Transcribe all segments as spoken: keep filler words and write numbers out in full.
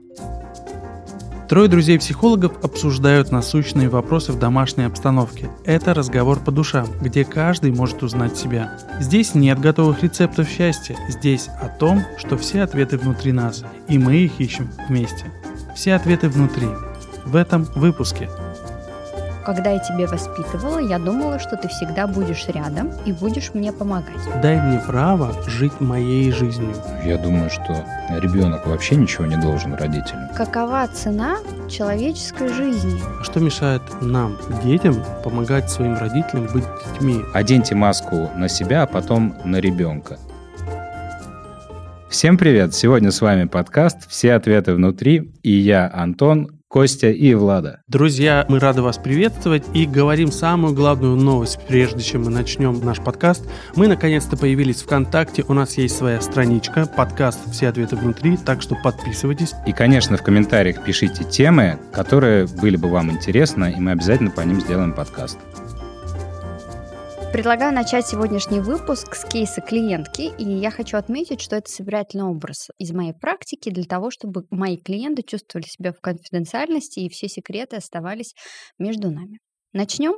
Трое друзей-психологов обсуждают насущные вопросы в домашней обстановке. Это разговор по душам, где каждый может узнать себя. Здесь нет готовых рецептов счастья. Здесь о том, что все ответы внутри нас, и мы их ищем вместе. Все ответы внутри. В этом выпуске. Когда я тебя воспитывала, я думала, что ты всегда будешь рядом и будешь мне помогать. Дай мне право жить моей жизнью. Я думаю, что ребенок вообще ничего не должен родителям. Какова цена человеческой жизни? А что мешает нам, детям, помогать своим родителям быть детьми? Оденьте маску на себя, а потом на ребенка. Всем привет! Сегодня с вами подкаст «Все ответы внутри» и я, Антон, Костя и Влада. Друзья, мы рады вас приветствовать и говорим самую главную новость, прежде чем мы начнем наш подкаст. Мы наконец-то появились ВКонтакте, у нас есть своя страничка, подкаст «Все ответы внутри», так что подписывайтесь. И, конечно, в комментариях пишите темы, которые были бы вам интересны, и мы обязательно по ним сделаем подкаст. Предлагаю начать сегодняшний выпуск с кейса клиентки, и я хочу отметить, что это собирательный образ из моей практики для того, чтобы мои клиенты чувствовали себя в конфиденциальности и все секреты оставались между нами. Начнем?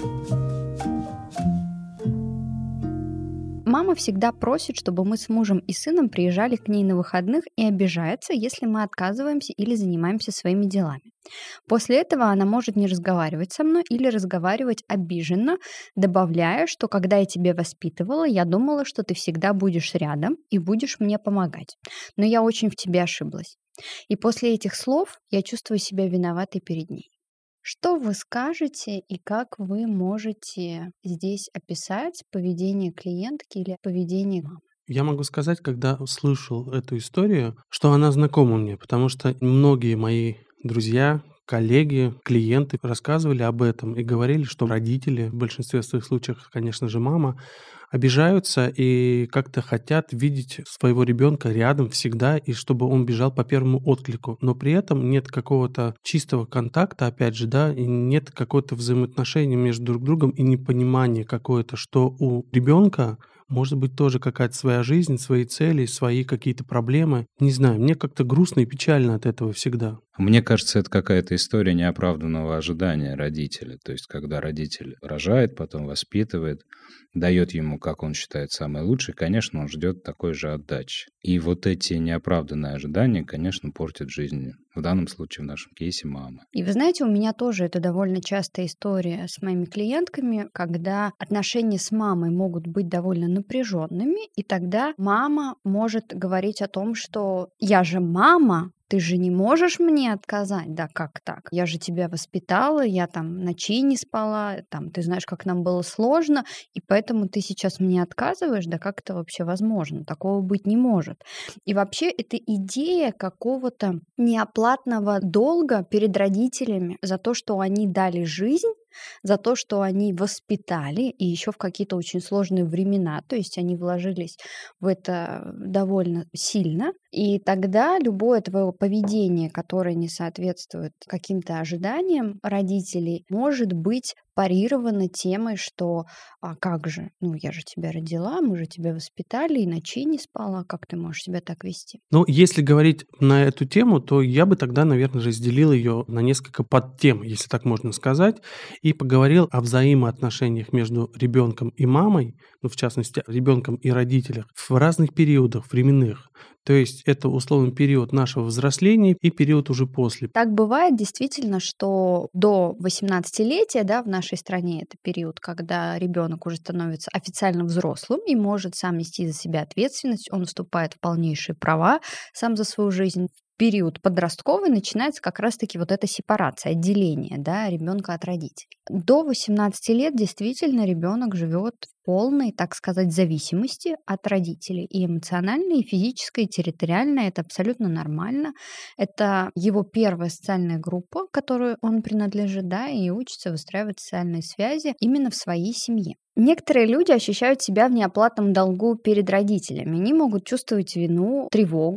Мама всегда просит, чтобы мы с мужем и сыном приезжали к ней на выходных и обижается, если мы отказываемся или занимаемся своими делами. После этого она может не разговаривать со мной или разговаривать обиженно, добавляя, что когда я тебя воспитывала, я думала, что ты всегда будешь рядом и будешь мне помогать. Но я очень в тебе ошиблась. И после этих слов я чувствую себя виноватой перед ней. Что вы скажете и как вы можете здесь описать поведение клиентки или поведение мамы? Я могу сказать, когда услышал эту историю, что она знакома мне, потому что многие мои друзья, коллеги, клиенты рассказывали об этом и говорили, что родители, в большинстве своих случаев, конечно же, мама, обижаются и как-то хотят видеть своего ребенка рядом всегда, и чтобы он бежал по первому отклику. Но при этом нет какого-то чистого контакта, опять же, да, и нет какого-то взаимоотношения между друг другом и непонимания какое-то, что у ребенка может быть тоже какая-то своя жизнь, свои цели, свои какие-то проблемы. Не знаю, мне как-то грустно и печально от этого всегда. Мне кажется, это какая-то история неоправданного ожидания родителя. То есть, когда родитель рожает, потом воспитывает, дает ему, как он считает, самое лучшее, конечно, он ждет такой же отдачи. И вот эти неоправданные ожидания, конечно, портят жизнь. В данном случае, в нашем кейсе, мамы. И вы знаете, у меня тоже это довольно частая история с моими клиентками, когда отношения с мамой могут быть довольно напряженными, и тогда мама может говорить о том, что «я же мама», ты же не можешь мне отказать, да как так? Я же тебя воспитала, я там ночей не спала, там, ты знаешь, как нам было сложно, и поэтому ты сейчас мне отказываешь, да как это вообще возможно? Такого быть не может. И вообще это идея какого-то неоплатного долга перед родителями за то, что они дали жизнь, за то, что они воспитали, и еще в какие-то очень сложные времена, то есть они вложились в это довольно сильно, и тогда любое твое поведение, которое не соответствует каким-то ожиданиям родителей, может быть парировано темой, что «а как же, ну я же тебя родила, мы же тебя воспитали, и ночей не спала, как ты можешь себя так вести?» Ну, если говорить на эту тему, то я бы тогда, наверное, разделил ее на несколько подтем, если так можно сказать, и поговорил о взаимоотношениях между ребенком и мамой, ну, в частности, ребенком и родителях, в разных периодах временных. То есть это условный период нашего взросления и период уже после. Так бывает действительно, что до восемнадцатилетия, да, в нашей стране это период, когда ребенок уже становится официально взрослым и может сам нести за себя ответственность, он вступает в полнейшие права сам за свою жизнь. Период подростковый начинается как раз-таки вот эта сепарация, отделение, да, ребенка от родителей. До восемнадцати лет действительно ребенок живет в полной, так сказать, зависимости от родителей. И эмоционально, и физически, и территориально. Это абсолютно нормально. Это его первая социальная группа, к которой он принадлежит, да, и учится выстраивать социальные связи именно в своей семье. Некоторые люди ощущают себя в неоплатном долгу перед родителями. Они могут чувствовать вину, тревогу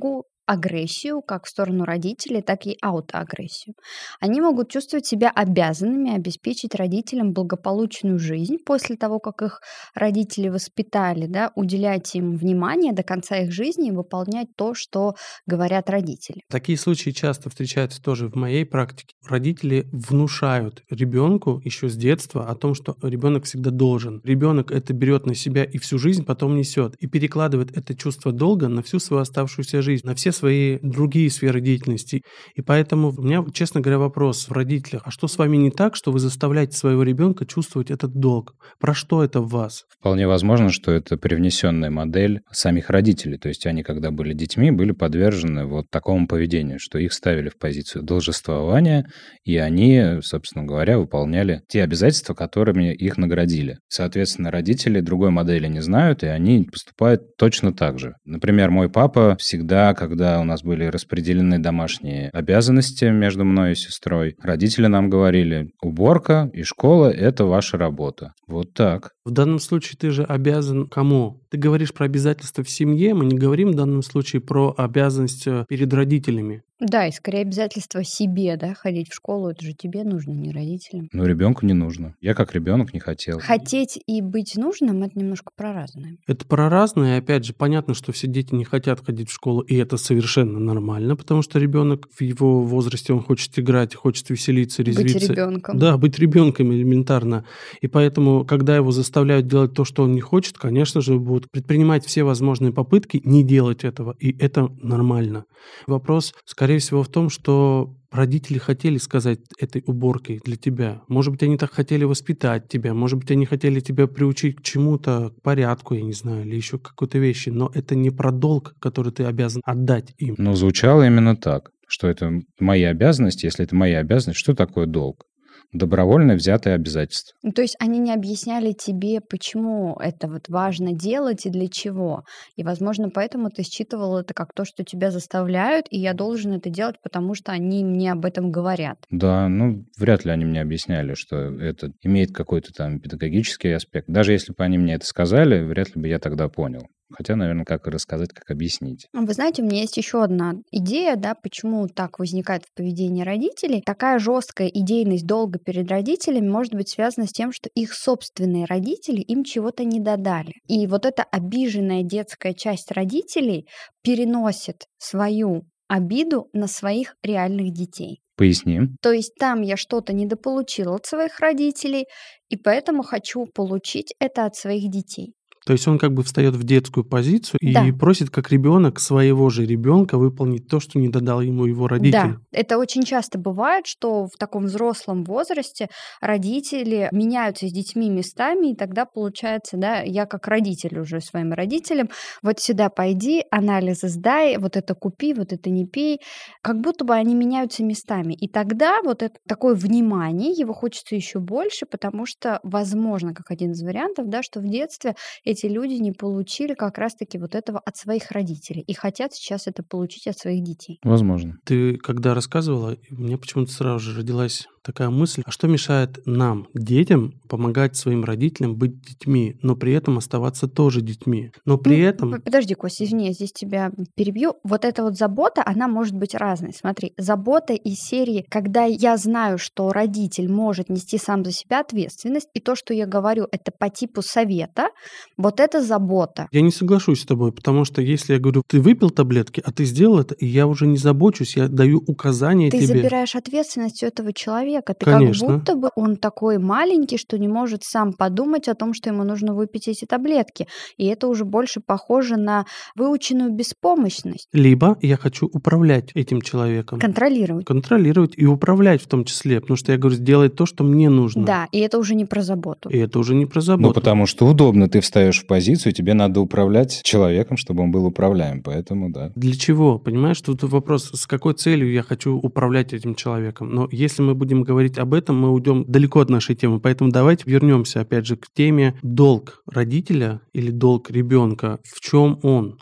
агрессию как в сторону родителей, так и аутоагрессию. Они могут чувствовать себя обязанными обеспечить родителям благополучную жизнь после того, как их родители воспитали, да, уделять им внимание до конца их жизни и выполнять то, что говорят родители. Такие случаи часто встречаются тоже в моей практике. Родители внушают ребенку еще с детства о том, что ребенок всегда должен. Ребенок это берет на себя и всю жизнь потом несет, и перекладывает это чувство долга на всю свою оставшуюся жизнь, на все свои другие сферы деятельности. И поэтому у меня, честно говоря, вопрос в родителях: а что с вами не так, что вы заставляете своего ребенка чувствовать этот долг? Про что это в вас? Вполне возможно, что это привнесенная модель самих родителей. То есть они, когда были детьми, были подвержены вот такому поведению, что их ставили в позицию должествования, и они, собственно говоря, выполняли те обязательства, которыми их наградили. Соответственно, родители другой модели не знают, и они поступают точно так же. Например, мой папа всегда, когда у нас были распределены домашние обязанности между мной и сестрой, родители нам говорили: уборка и школа — это ваша работа. Вот так. В данном случае ты же обязан кому? Ты говоришь про обязательства в семье, мы не говорим в данном случае про обязанность перед родителями. Да, и скорее обязательство себе, да, ходить в школу, это же тебе нужно, не родителям. Но ребенку не нужно. Я как ребенок не хотел. Хотеть и быть нужным — это немножко про разное. Это про разное, и опять же, понятно, что все дети не хотят ходить в школу, и это совершенно нормально, потому что ребенок в его возрасте, он хочет играть, хочет веселиться, резвиться. Быть ребенком. Да, быть ребенком элементарно. И поэтому, когда его заставляют делать то, что он не хочет, конечно же, будут предпринимать все возможные попытки не делать этого, и это нормально. Вопрос, скорее всего, в том, что родители хотели сказать этой уборкой для тебя. Может быть, они так хотели воспитать тебя, может быть, они хотели тебя приучить к чему-то, к порядку, я не знаю, или еще к какой-то вещи, но это не про долг, который ты обязан отдать им. Но звучало именно так, что это моя обязанность. Если это моя обязанность, что такое долг? Добровольно взятые обязательства. Ну, то есть они не объясняли тебе, почему это вот важно делать и для чего. И, возможно, поэтому ты считывал это как то, что тебя заставляют, и я должен это делать, потому что они мне об этом говорят. Да, ну, вряд ли они мне объясняли, что это имеет какой-то там педагогический аспект. Даже если бы они мне это сказали, вряд ли бы я тогда понял. Хотя, наверное, как рассказать, как объяснить. Вы знаете, у меня есть еще одна идея, да, почему так возникает в поведении родителей. Такая жесткая идейность долга перед родителями может быть связана с тем, что их собственные родители им чего-то не додали. И вот эта обиженная детская часть родителей переносит свою обиду на своих реальных детей. Поясним. То есть там я что-то недополучила от своих родителей, и поэтому хочу получить это от своих детей. То есть он как бы встает в детскую позицию и Да. просит, как ребенок, своего же ребенка выполнить то, что не додал ему его родитель. Да, это очень часто бывает, что в таком взрослом возрасте родители меняются с детьми местами, и тогда получается, да, я как родитель уже своим родителям: вот сюда пойди, анализы сдай, вот это купи, вот это не пей. Как будто бы они меняются местами. И тогда вот это такое внимание, его хочется еще больше, потому что, возможно, как один из вариантов, да, что в детстве эти люди не получили как раз-таки вот этого от своих родителей и хотят сейчас это получить от своих детей. Возможно. Ты когда рассказывала, у меня почему-то сразу же родилась такая мысль: а что мешает нам, детям, помогать своим родителям быть детьми, но при этом оставаться тоже детьми? Но при Ну, этом... Подожди, Костя, извини, я здесь тебя перебью. Вот эта вот забота, она может быть разной. Смотри, забота из серии, когда я знаю, что родитель может нести сам за себя ответственность, и то, что я говорю, это по типу совета, вот это забота. Я не соглашусь с тобой, потому что если я говорю: ты выпил таблетки, а ты сделал это, и я уже не забочусь, я даю указания Ты тебе. забираешь ответственность у этого человека. Ты Конечно. как будто бы он такой маленький, что не может сам подумать о том, что ему нужно выпить эти таблетки. И это уже больше похоже на выученную беспомощность. Либо я хочу управлять этим человеком. Контролировать. Контролировать и управлять в том числе, потому что я говорю: сделай то, что мне нужно. Да, и это уже не про заботу. И это уже не про Ну, заботу. потому что удобно, ты встаешь в позицию, тебе надо управлять человеком, чтобы он был управляем, поэтому да. Для чего? Понимаешь, тут вопрос, с какой целью я хочу управлять этим человеком. Но если мы будем говорить об этом, мы уйдем далеко от нашей темы. Поэтому давайте вернемся опять же к теме: долг родителя или долг ребенка. В чем он?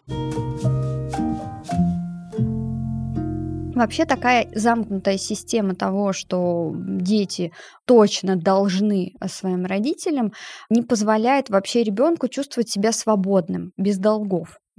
Вообще такая замкнутая система того, что дети точно должны своим родителям, не позволяет вообще ребенку чувствовать себя свободным, без долгов.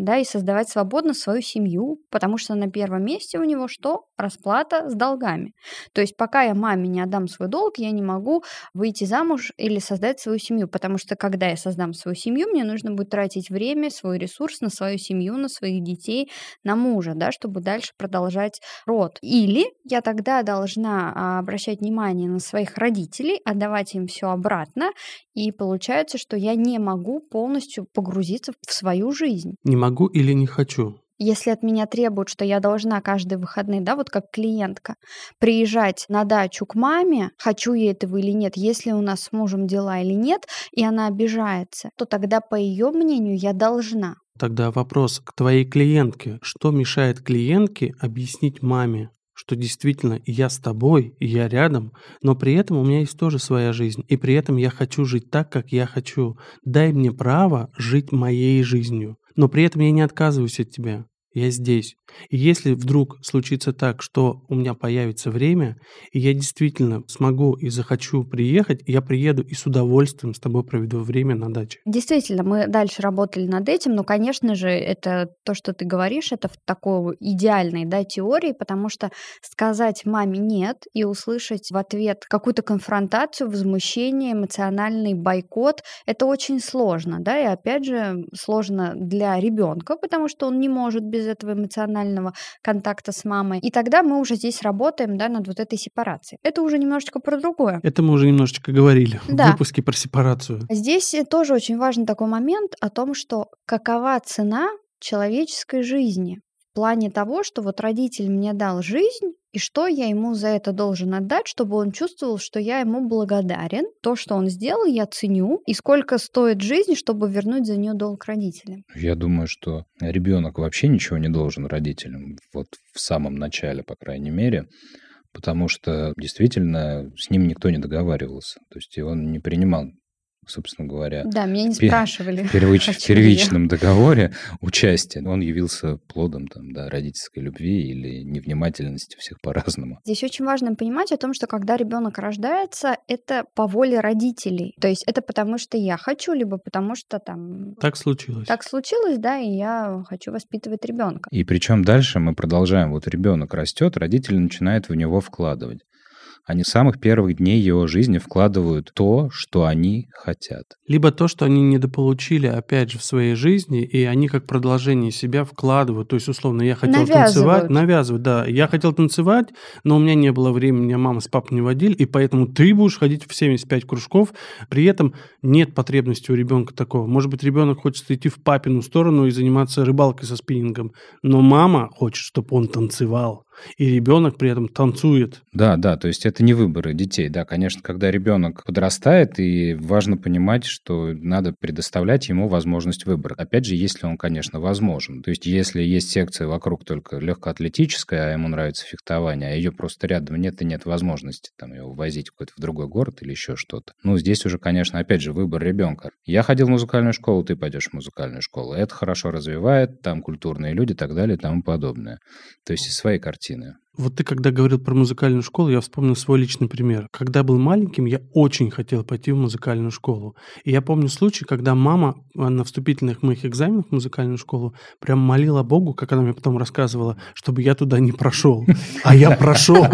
да, и создавать свободно свою семью, потому что на первом месте у него что? Расплата с долгами. То есть пока я маме не отдам свой долг, я не могу выйти замуж или создать свою семью, потому что когда я создам свою семью, мне нужно будет тратить время, свой ресурс на свою семью, на своих детей, на мужа, да, чтобы дальше продолжать род. Или я тогда должна обращать внимание на своих родителей, отдавать им все обратно, и получается, что я не могу полностью погрузиться в свою жизнь. Не могу или не хочу? Если от меня требуют, что я должна каждые выходные, да, вот как клиентка, приезжать на дачу к маме, хочу я этого или нет, если у нас с мужем дела или нет, и она обижается, то тогда, по ее мнению, я должна. Тогда вопрос к твоей клиентке. Что мешает клиентке объяснить маме, что действительно я с тобой, и я рядом, но при этом у меня есть тоже своя жизнь, и при этом я хочу жить так, как я хочу. Дай мне право жить моей жизнью, но при этом я не отказываюсь от тебя. Я здесь. И если вдруг случится так, что у меня появится время, и я действительно смогу и захочу приехать, я приеду и с удовольствием с тобой проведу время на даче. Действительно, мы дальше работали над этим, но, конечно же, это то, что ты говоришь, это в такой идеальной, да, теории, потому что сказать маме «нет» и услышать в ответ какую-то конфронтацию, возмущение, эмоциональный бойкот, это очень сложно, да, и опять же сложно для ребенка, потому что он не может без этого эмоционального контакта с мамой. И тогда мы уже здесь работаем, да, над вот этой сепарацией. Это уже немножечко про другое. Это мы уже немножечко говорили да. в выпуске про сепарацию. Здесь тоже очень важный такой момент о том, что какова цена человеческой жизни. В плане того, что вот родитель мне дал жизнь, и что я ему за это должен отдать, чтобы он чувствовал, что я ему благодарен. То, что он сделал, я ценю. И сколько стоит жизнь, чтобы вернуть за нее долг родителям. Я думаю, что ребенок вообще ничего не должен родителям. Вот в самом начале, по крайней мере. Потому что действительно с ним никто не договаривался. То есть и он не принимал, собственно говоря, да, меня не спрашивали. В первич, первичном договоре участие. Он явился плодом там, да, родительской любви или невнимательности, всех по-разному. Здесь очень важно понимать о том, что когда ребенок рождается, это по воле родителей. То есть это потому, что я хочу, либо потому, что там... Так случилось. Так случилось, да, и я хочу воспитывать ребенка. И причем дальше мы продолжаем. Вот ребенок растет, родители начинают в него вкладывать. Они с самых первых дней его жизни вкладывают то, что они хотят. Либо то, что они недополучили, опять же, в своей жизни, и они как продолжение себя вкладывают. То есть, условно, я хотел танцевать, навязывают, да. Я хотел танцевать, но у меня не было времени, меня мама с папой не водили, и поэтому ты будешь ходить в семьдесят пять кружков. При этом нет потребности у ребенка такого. Может быть, ребенок хочет идти в папину сторону и заниматься рыбалкой со спиннингом, но мама хочет, чтобы он танцевал. И ребенок при этом танцует. Да, да, то есть это не выборы детей. Да, конечно, когда ребенок подрастает, и важно понимать, что надо предоставлять ему возможность выбора. Опять же, если он, конечно, возможен. То есть если есть секция вокруг только легкоатлетическая, а ему нравится фехтование, а ее просто рядом нет и нет возможности там его возить куда-то в другой город или еще что-то. Ну, здесь уже, конечно, опять же, выбор ребенка. Я ходил в музыкальную школу, ты пойдешь в музыкальную школу. Это хорошо развивает, там культурные люди и так далее и тому подобное. То есть из своей картины. Вот ты когда говорил про музыкальную школу, я вспомнил свой личный пример. Когда был маленьким, я очень хотел пойти в музыкальную школу. И я помню случай, когда мама на вступительных моих экзаменах в музыкальную школу прям молила Богу, как она мне потом рассказывала, чтобы я туда не прошел. А я прошел.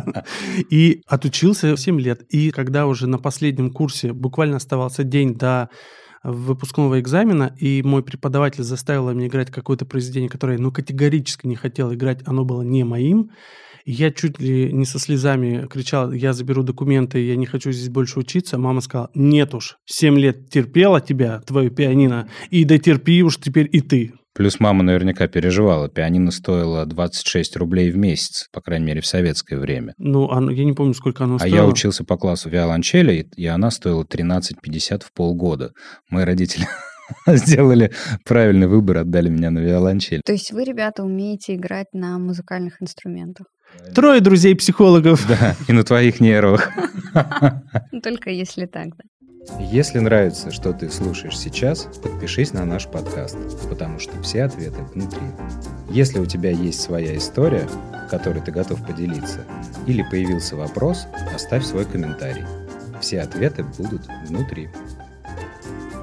И отучился семь лет. И когда уже на последнем курсе буквально оставался день до выпускного экзамена, и мой преподаватель заставил меня играть какое-то произведение, которое я ну, категорически не хотел играть, оно было не моим. И я чуть ли не со слезами кричал: я заберу документы, я не хочу здесь больше учиться. Мама сказала: нет уж, семь лет терпела тебя, твое пианино, и дотерпи уж теперь и ты. Плюс мама наверняка переживала. Пианино стоило двадцать шесть рублей в месяц, по крайней мере, в советское время. Ну, оно, я не помню, сколько оно стоило. А я учился по классу виолончели, и она стоила тринадцать пятьдесят в полгода. Мои родители сделали правильный выбор, отдали меня на виолончель. То есть вы, ребята, умеете играть на музыкальных инструментах? Трое друзей-психологов. Да, и на твоих нервах. Только если так, да. Если нравится, что ты слушаешь сейчас, подпишись на наш подкаст, потому что все ответы внутри. Если у тебя есть своя история, которой ты готов поделиться, или появился вопрос, оставь свой комментарий. Все ответы будут внутри.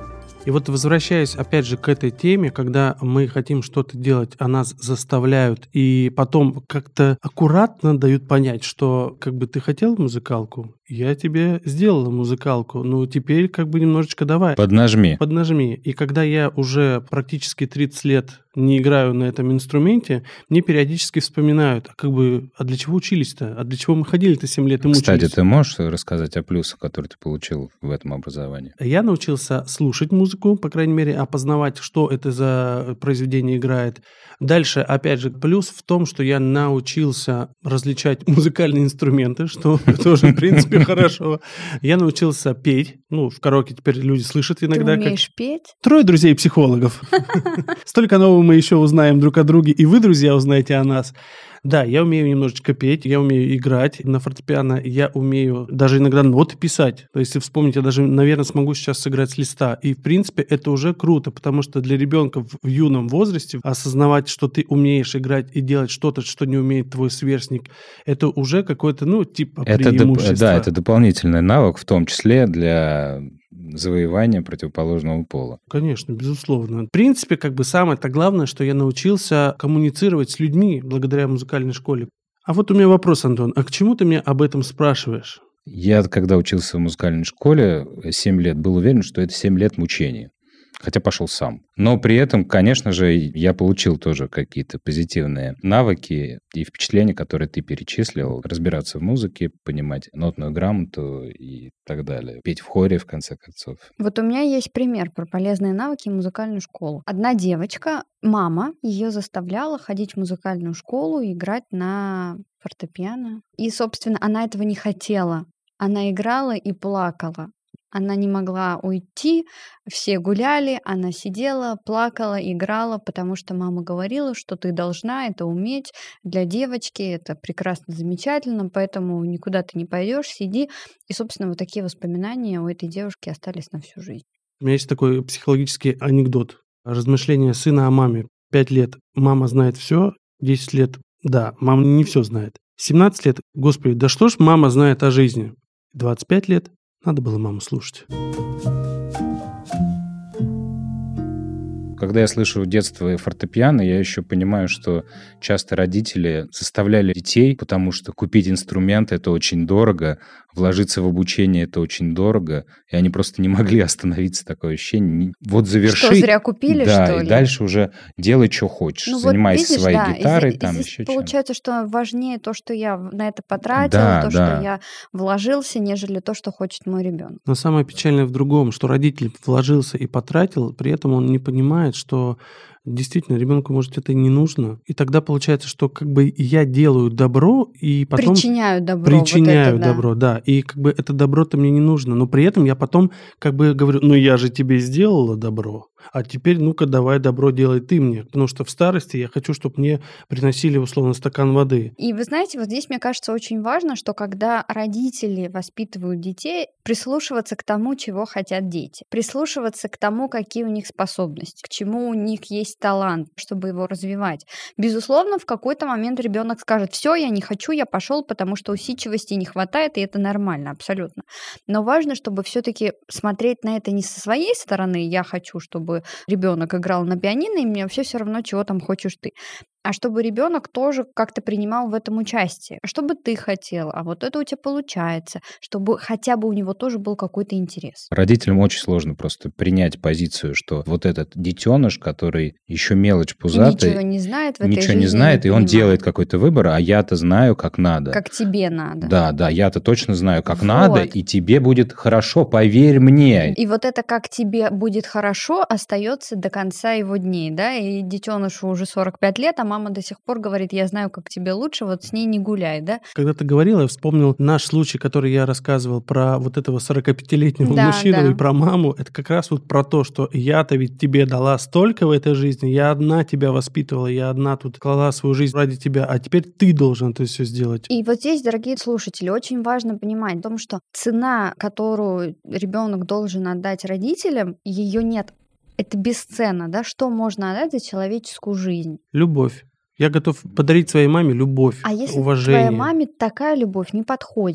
И вот возвращаясь опять же к этой теме, когда мы хотим что-то делать, а нас заставляют, и потом как-то аккуратно дают понять, что как бы ты хотел музыкалку, я тебе сделала музыкалку, ну теперь как бы немножечко давай. Поднажми. Поднажми. И когда я уже практически тридцать лет не играю на этом инструменте, мне периодически вспоминают, а как бы, а для чего учились-то? А для чего мы ходили-то семь лет и мучились? Кстати, ты можешь рассказать о плюсах, которые ты получил в этом образовании? Я научился слушать музыку, по крайней мере, опознавать, что это за произведение играет. Дальше, опять же, плюс в том, что я научился различать музыкальные инструменты, что тоже, в принципе, хорошо. Я научился петь. Ну, в караоке теперь люди слышат иногда. Ты умеешь петь? Трое друзей-психологов. Столько нового мы еще узнаем друг о друге, и вы, друзья, узнаете о нас. Да, я умею немножечко петь, я умею играть на фортепиано, я умею даже иногда ноты писать. То есть, если вспомнить, я даже, наверное, смогу сейчас сыграть с листа. И, в принципе, это уже круто, потому что для ребенка в юном возрасте осознавать, что ты умеешь играть и делать что-то, что не умеет твой сверстник, это уже какое-то, ну, типа это преимущество. Доп- да, это дополнительный навык, в том числе для завоевания противоположного пола. Конечно, безусловно. В принципе, как бы самое-то главное, что я научился коммуницировать с людьми благодаря музыкальной школе. А вот у меня вопрос, Антон, а к чему ты меня об этом спрашиваешь? Я, когда учился в музыкальной школе семь лет, был уверен, что это семь лет мучений. Хотя пошел сам. Но при этом, конечно же, я получил тоже какие-то позитивные навыки и впечатления, которые ты перечислил. Разбираться в музыке, понимать нотную грамоту и так далее. Петь в хоре, в конце концов. Вот у меня есть пример про полезные навыки и музыкальную школу. Одна девочка, мама ее заставляла ходить в музыкальную школу и играть на фортепиано. И, собственно, она этого не хотела. Она играла и плакала. Она не могла уйти, все гуляли, она сидела, плакала, играла, потому что мама говорила, что ты должна это уметь, для девочки это прекрасно, замечательно, поэтому никуда ты не пойдешь, сиди. И, собственно, вот такие воспоминания у этой девушки остались на всю жизнь. У меня есть такой психологический анекдот. Размышления сына о маме. Пять лет мама знает все, десять лет, да, мама не все знает. семнадцать лет, господи, да что ж мама знает о жизни? двадцать пять лет, надо было маму слушать. Когда я слышу детство и фортепиано, я еще понимаю, что часто родители заставляли детей, потому что купить инструмент — это очень дорого, вложиться в обучение — это очень дорого, и они просто не могли остановиться, такое ощущение. Вот заверши. Что, зря купили, да, что ли? И дальше уже делай, что хочешь. Ну, Занимайся вот видишь, своей да, гитарой, здесь, там здесь еще получается, чем-то. что важнее то, что я на это потратила, Да, то, да. что я вложился, нежели то, что хочет мой ребенок. Но самое печальное в другом, что родитель вложился и потратил, при этом он не понимает, что действительно ребенку, может, это и не нужно. И тогда получается, что как бы я делаю добро, и потом... Причиняю добро. Причиняю вот это, да. добро, да. И как бы это добро-то мне не нужно. Но при этом я потом как бы говорю, ну я же тебе сделала добро, а теперь ну-ка давай добро делай ты мне. Потому что в старости я хочу, чтобы мне приносили условно стакан воды. И вы знаете, вот здесь, мне кажется, очень важно, что когда родители воспитывают детей, прислушиваться к тому, чего хотят дети. Прислушиваться к тому, какие у них способности, к чему у них есть талант, чтобы его развивать. Безусловно, в какой-то момент ребенок скажет, все, я не хочу, я пошел, потому что усидчивости не хватает, и это нормально, абсолютно. Но важно, чтобы все-таки смотреть на это не со своей стороны, я хочу, чтобы ребенок играл на пианино, и мне вообще все равно, чего там хочешь ты. А чтобы ребенок тоже как-то принимал в этом участие. А что бы ты хотел? А вот это у тебя получается. Чтобы хотя бы у него тоже был какой-то интерес. Родителям очень сложно просто принять позицию, что вот этот детеныш, который еще мелочь пузатый, ничего не знает в этой ничего не жизни, знает, не и он понимает. делает какой-то выбор, а я-то знаю, как надо. Как тебе надо. Да, да, я-то точно знаю, как Вот. надо, и тебе будет хорошо, поверь мне. И вот это «как тебе будет хорошо» остается до конца его дней, да, и детенышу уже сорок пять лет, а мама до сих пор говорит, я знаю, как тебе лучше, вот с ней не гуляй, да. Когда ты говорила, я вспомнил наш случай, который я рассказывал про вот этого сорокапятилетнего Да, мужчину да. и про маму. Это как раз вот про то, что я-то ведь тебе дала столько в этой жизни, я одна тебя воспитывала, я одна тут клала свою жизнь ради тебя, а теперь ты должен это все сделать. И вот здесь, дорогие слушатели, очень важно понимать о том, что цена, которую ребенок должен отдать родителям, ее нет. Это бесценно, да, что можно отдать за человеческую жизнь. Любовь. Я готов подарить своей маме любовь, А если уважение. твоей маме такая любовь не подходит,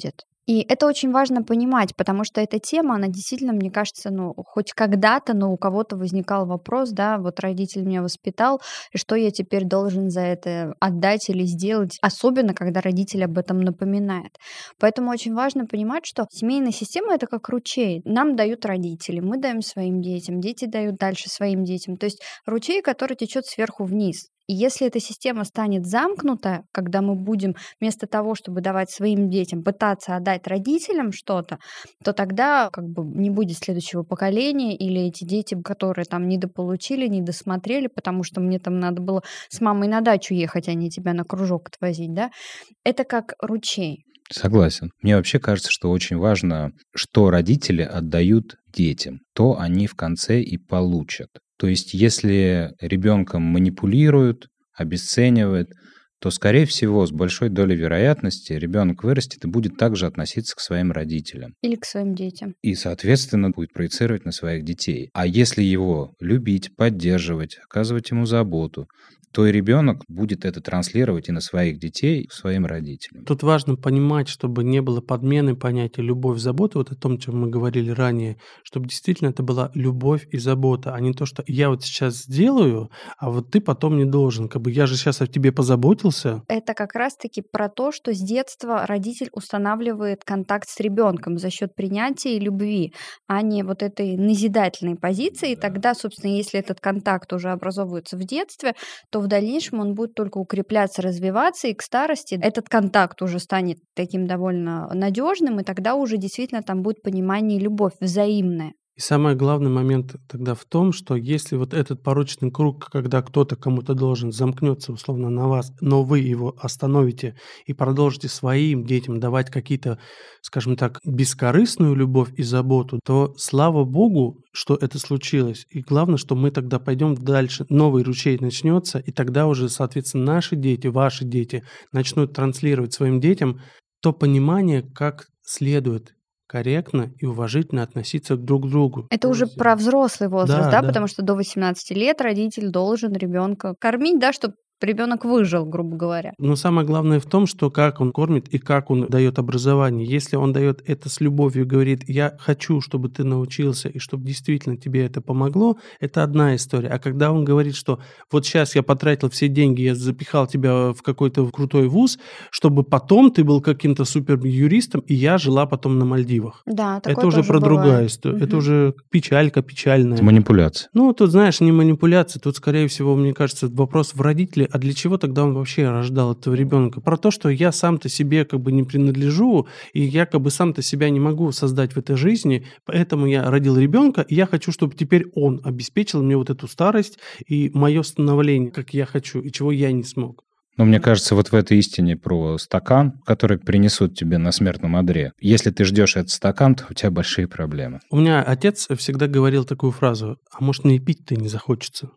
И это очень важно понимать, потому что эта тема, она действительно, мне кажется, ну, хоть когда-то, но у кого-то возникал вопрос, да, вот родитель меня воспитал, и что я теперь должен за это отдать или сделать, особенно когда родитель об этом напоминает. Поэтому очень важно понимать, что семейная система — это как ручей. Нам дают родители, мы даем своим детям, дети дают дальше своим детям. То есть ручей, который течет сверху вниз. И если эта система станет замкнута, когда мы будем вместо того, чтобы давать своим детям, пытаться отдать родителям что-то, то тогда как бы не будет следующего поколения, или эти дети, которые там недополучили, недосмотрели, потому что мне там надо было с мамой на дачу ехать, а не тебя на кружок отвозить, да, это как ручей. Согласен. Мне вообще кажется, что очень важно, что родители отдают детям, то они в конце и получат. То есть, если ребенком манипулируют, обесценивают, то, скорее всего, с большой долей вероятности ребенок вырастет и будет также относиться к своим родителям. Или к своим детям. И, соответственно, будет проецировать на своих детей. А если его любить, поддерживать, оказывать ему заботу, то и ребенок будет это транслировать и на своих детей, и своим родителям. Тут важно понимать, чтобы не было подмены понятия любовь, забота, вот о том, чем мы говорили ранее, чтобы действительно это была любовь и забота, а не то, что я вот сейчас сделаю, а вот ты потом не должен. Как бы я же сейчас о тебе позаботился. Это как раз-таки про то, что с детства родитель устанавливает контакт с ребенком за счет принятия и любви, а не вот этой назидательной позиции. И тогда, собственно, если этот контакт уже образовывается в детстве, то в дальнейшем он будет только укрепляться, развиваться, и к старости этот контакт уже станет таким довольно надежным, и тогда уже действительно там будет понимание и любовь взаимная. И самый главный момент тогда в том, что если вот этот порочный круг, когда кто-то кому-то должен, замкнется условно на вас, но вы его остановите и продолжите своим детям давать какие-то, скажем так, бескорыстную любовь и заботу, то слава Богу, что это случилось. И главное, что мы тогда пойдем дальше, новый ручей начнется, и тогда уже, соответственно, наши дети, ваши дети начнут транслировать своим детям то понимание, как следует корректно и уважительно относиться друг к другу. Это уже про взрослый возраст, Да, да, да. потому что до восемнадцати лет родитель должен ребенка кормить, да, чтобы ребенок выжил, грубо говоря. Но самое главное в том, что как он кормит и как он дает образование. Если он дает это с любовью и говорит, я хочу, чтобы ты научился и чтобы действительно тебе это помогло, это одна история. А когда он говорит, что вот сейчас я потратил все деньги, я запихал тебя в какой-то крутой вуз, чтобы потом ты был каким-то супер юристом, и я жила потом на Мальдивах. Да, такое Это уже тоже про бывает. другая история. Мгм. Это уже печалька печальная. Это манипуляция. Ну, тут, знаешь, не манипуляция, тут, скорее всего, мне кажется, вопрос в родителе, а для чего тогда он вообще рождал этого ребенка? Про то, что я сам-то себе как бы не принадлежу, и я как бы сам-то себя не могу создать в этой жизни, поэтому я родил ребенка, и я хочу, чтобы теперь он обеспечил мне вот эту старость и мое становление, как я хочу, и чего я не смог. Но мне кажется, вот в этой истине про стакан, который принесут тебе на смертном одре, если ты ждешь этот стакан, то у тебя большие проблемы. У меня отец всегда говорил такую фразу, а может, мне и пить-то не захочется.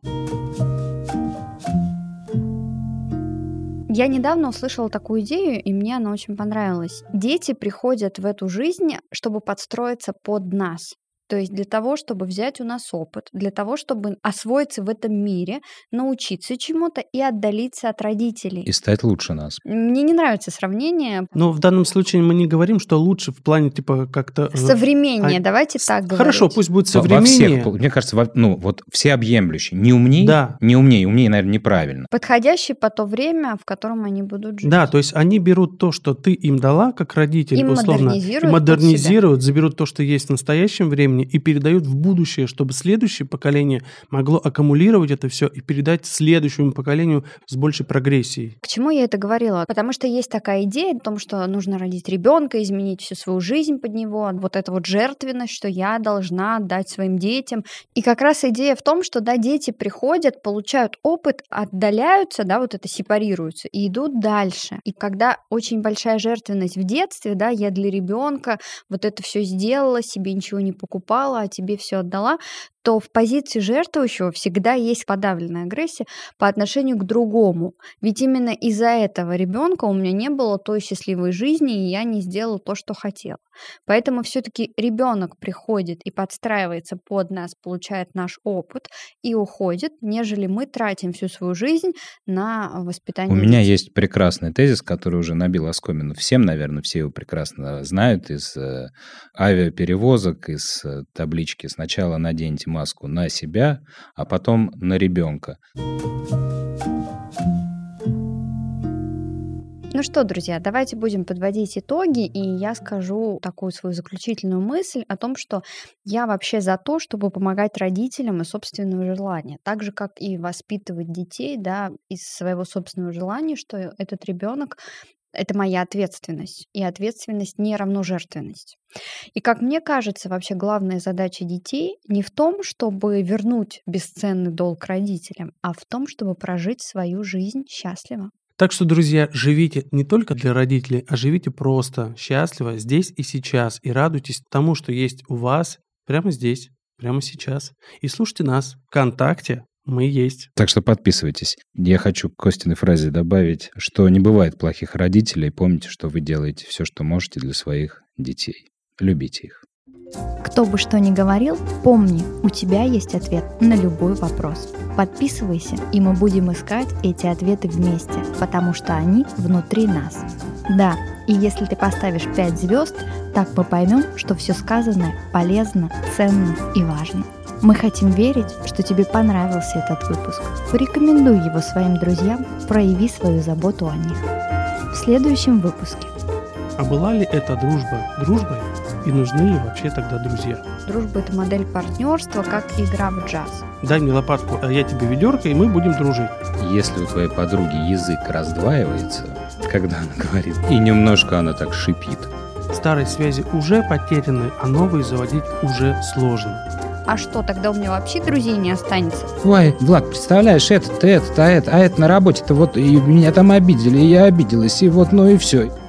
Я недавно услышала такую идею, и мне она очень понравилась. Дети приходят в эту жизнь, чтобы подстроиться под нас. То есть для того, чтобы взять у нас опыт, для того, чтобы освоиться в этом мире, научиться чему-то и отдалиться от родителей. И стать лучше нас. Мне не нравится сравнение. Но в данном случае мы не говорим, что лучше в плане типа как-то... э, Современнее, а- давайте так говорить. Хорошо, пусть будет Во- во современнее. всех, мне кажется, во- ну вот всеобъемлющий. Не умней, Да. не умней, умней, наверное, неправильно. Подходящий по то время, в котором они будут жить. Да, то есть они берут то, что ты им дала, как родитель, И условно, модернизируют и под модернизируют, заберут то, что есть в настоящем времени, и передают в будущее, чтобы следующее поколение могло аккумулировать это все и передать следующему поколению с большей прогрессией. К чему я это говорила? Потому что есть такая идея о том, что нужно родить ребенка, изменить всю свою жизнь под него, вот эта вот жертвенность, что я должна отдать своим детям. И как раз идея в том, что, да, дети приходят, получают опыт, отдаляются, да, вот это сепарируются и идут дальше. И когда очень большая жертвенность в детстве, да, я для ребенка вот это все сделала, себе ничего не покупала, а тебе все отдала, то в позиции жертвующего всегда есть подавленная агрессия по отношению к другому. Ведь именно из-за этого ребенка у меня не было той счастливой жизни, и я не сделала то, что хотела. Поэтому все-таки ребенок приходит и подстраивается под нас, получает наш опыт и уходит, нежели мы тратим всю свою жизнь на воспитание У меня детей. есть прекрасный тезис, который уже набил оскомину всем, наверное, все его прекрасно знают из э, авиаперевозок, из э, таблички «Сначала наденьте маску на себя, а потом на ребенка». Ну что, друзья, давайте будем подводить итоги, и я скажу такую свою заключительную мысль о том, что я вообще за то, чтобы помогать родителям из собственного желания, так же, как и воспитывать детей, да, из своего собственного желания, что этот ребенок — это моя ответственность, и ответственность не равно жертвенность. И, как мне кажется, вообще главная задача детей не в том, чтобы вернуть бесценный долг родителям, а в том, чтобы прожить свою жизнь счастливо. Так что, друзья, живите не только для родителей, а живите просто, счастливо, здесь и сейчас. И радуйтесь тому, что есть у вас прямо здесь, прямо сейчас. И слушайте нас. ВКонтакте мы есть. Так что подписывайтесь. Я хочу к Костиной фразе добавить, что не бывает плохих родителей. Помните, что вы делаете все, что можете для своих детей. Любите их. Кто бы что ни говорил, помни, у тебя есть ответ на любой вопрос. Подписывайся, и мы будем искать эти ответы вместе, потому что они внутри нас. Да, и если ты поставишь пять звезд, так мы поймем, что все сказанное полезно, ценно и важно. Мы хотим верить, что тебе понравился этот выпуск. Порекомендуй его своим друзьям, прояви свою заботу о них. В следующем выпуске. А была ли эта дружба дружбой? И нужны ли вообще тогда друзья? Дружба — это модель партнерства, как игра в джаз. Дай мне лопатку, а я тебе ведерко, и мы будем дружить. Если у твоей подруги язык раздваивается, когда она говорит, и немножко она так шипит. Старые связи уже потеряны, а новые заводить уже сложно. А что, тогда у меня вообще друзей не останется? Ой, Влад, представляешь, этот, этот, а это, а это на работе-то вот, и меня там обидели, и я обиделась, и вот, ну и все.